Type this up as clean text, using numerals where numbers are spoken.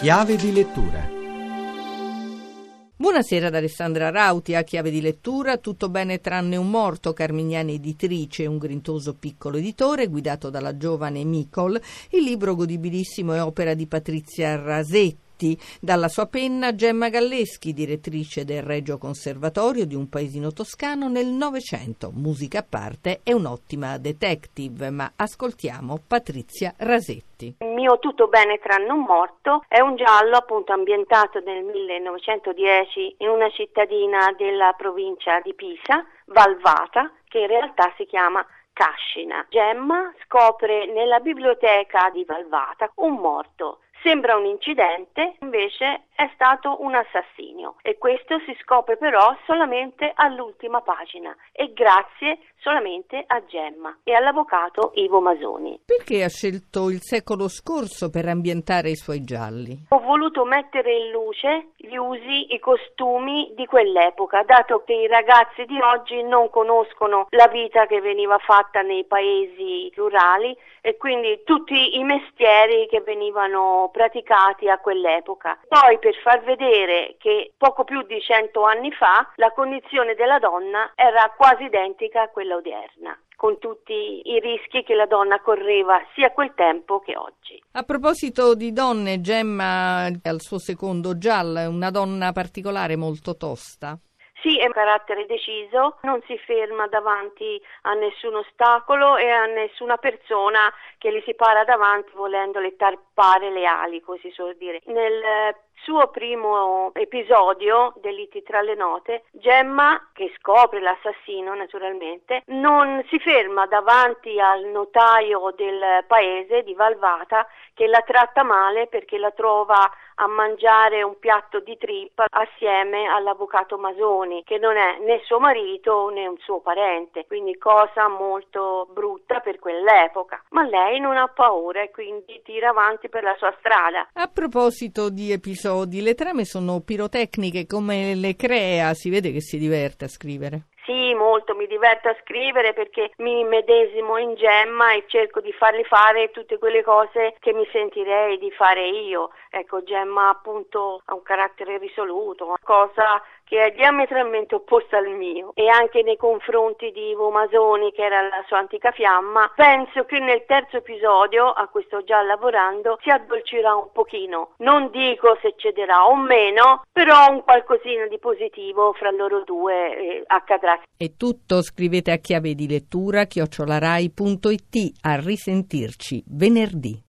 Chiave di lettura. Buonasera ad Alessandra Rauti. A Chiave di lettura tutto bene tranne un morto, Carmignani Editrice, un grintoso piccolo editore guidato dalla giovane Micol. Il libro godibilissimo è opera di Patrizia Rasetti. Dalla sua penna Gemma Galleschi, direttrice del Regio Conservatorio di un paesino toscano nel Novecento. Musica a parte, è un'ottima detective, ma ascoltiamo Patrizia Rasetti. Il mio Tutto bene tranne un morto è un giallo appunto ambientato nel 1910 in una cittadina della provincia di Pisa, Valvata, che in realtà si chiama Cascina. Gemma scopre nella biblioteca di Valvata un morto. Sembra un incidente, invece è stato un assassinio e questo si scopre però solamente all'ultima pagina e grazie solamente a Gemma e all'avvocato Ivo Masoni. Perché ha scelto il secolo scorso per ambientare i suoi gialli? Ho voluto mettere in luce gli usi, i costumi di quell'epoca, dato che i ragazzi di oggi non conoscono la vita che veniva fatta nei paesi rurali e quindi tutti i mestieri che venivano praticati a quell'epoca. Poi per far vedere che poco più di 100 anni fa la condizione della donna era quasi identica a quella odierna, con tutti i rischi che la donna correva sia a quel tempo che oggi. A proposito di donne, Gemma al suo secondo giallo è una donna particolare, molto tosta. Sì, è un carattere deciso, non si ferma davanti a nessun ostacolo e a nessuna persona che gli si para davanti volendole tarpare le ali, così si suol dire. Nel suo primo episodio, Delitti tra le note, Gemma, che scopre l'assassino naturalmente, non si ferma davanti al notaio del paese di Valvata che la tratta male perché la trova a mangiare un piatto di trippa assieme all'avvocato Masoni, che non è né suo marito né un suo parente, quindi cosa molto brutta per quell'epoca. Ma lei non ha paura e quindi tira avanti per la sua strada. A proposito di episodi, le trame sono pirotecniche, come le crea? Si vede che si diverte a scrivere. Sì, molto, mi diverto a scrivere perché mi medesimo in Gemma e cerco di farle fare tutte quelle cose che mi sentirei di fare io. Ecco, Gemma appunto ha un carattere risoluto, una cosa che è diametralmente opposta al mio e anche nei confronti di Ivo Masoni, che era la sua antica fiamma. Penso che nel terzo episodio, a cui sto già lavorando, si addolcirà un pochino. Non dico se cederà o meno, però un qualcosina di positivo fra loro due accadrà. È tutto, scrivete a chiave di lettura @rai.it. A risentirci venerdì.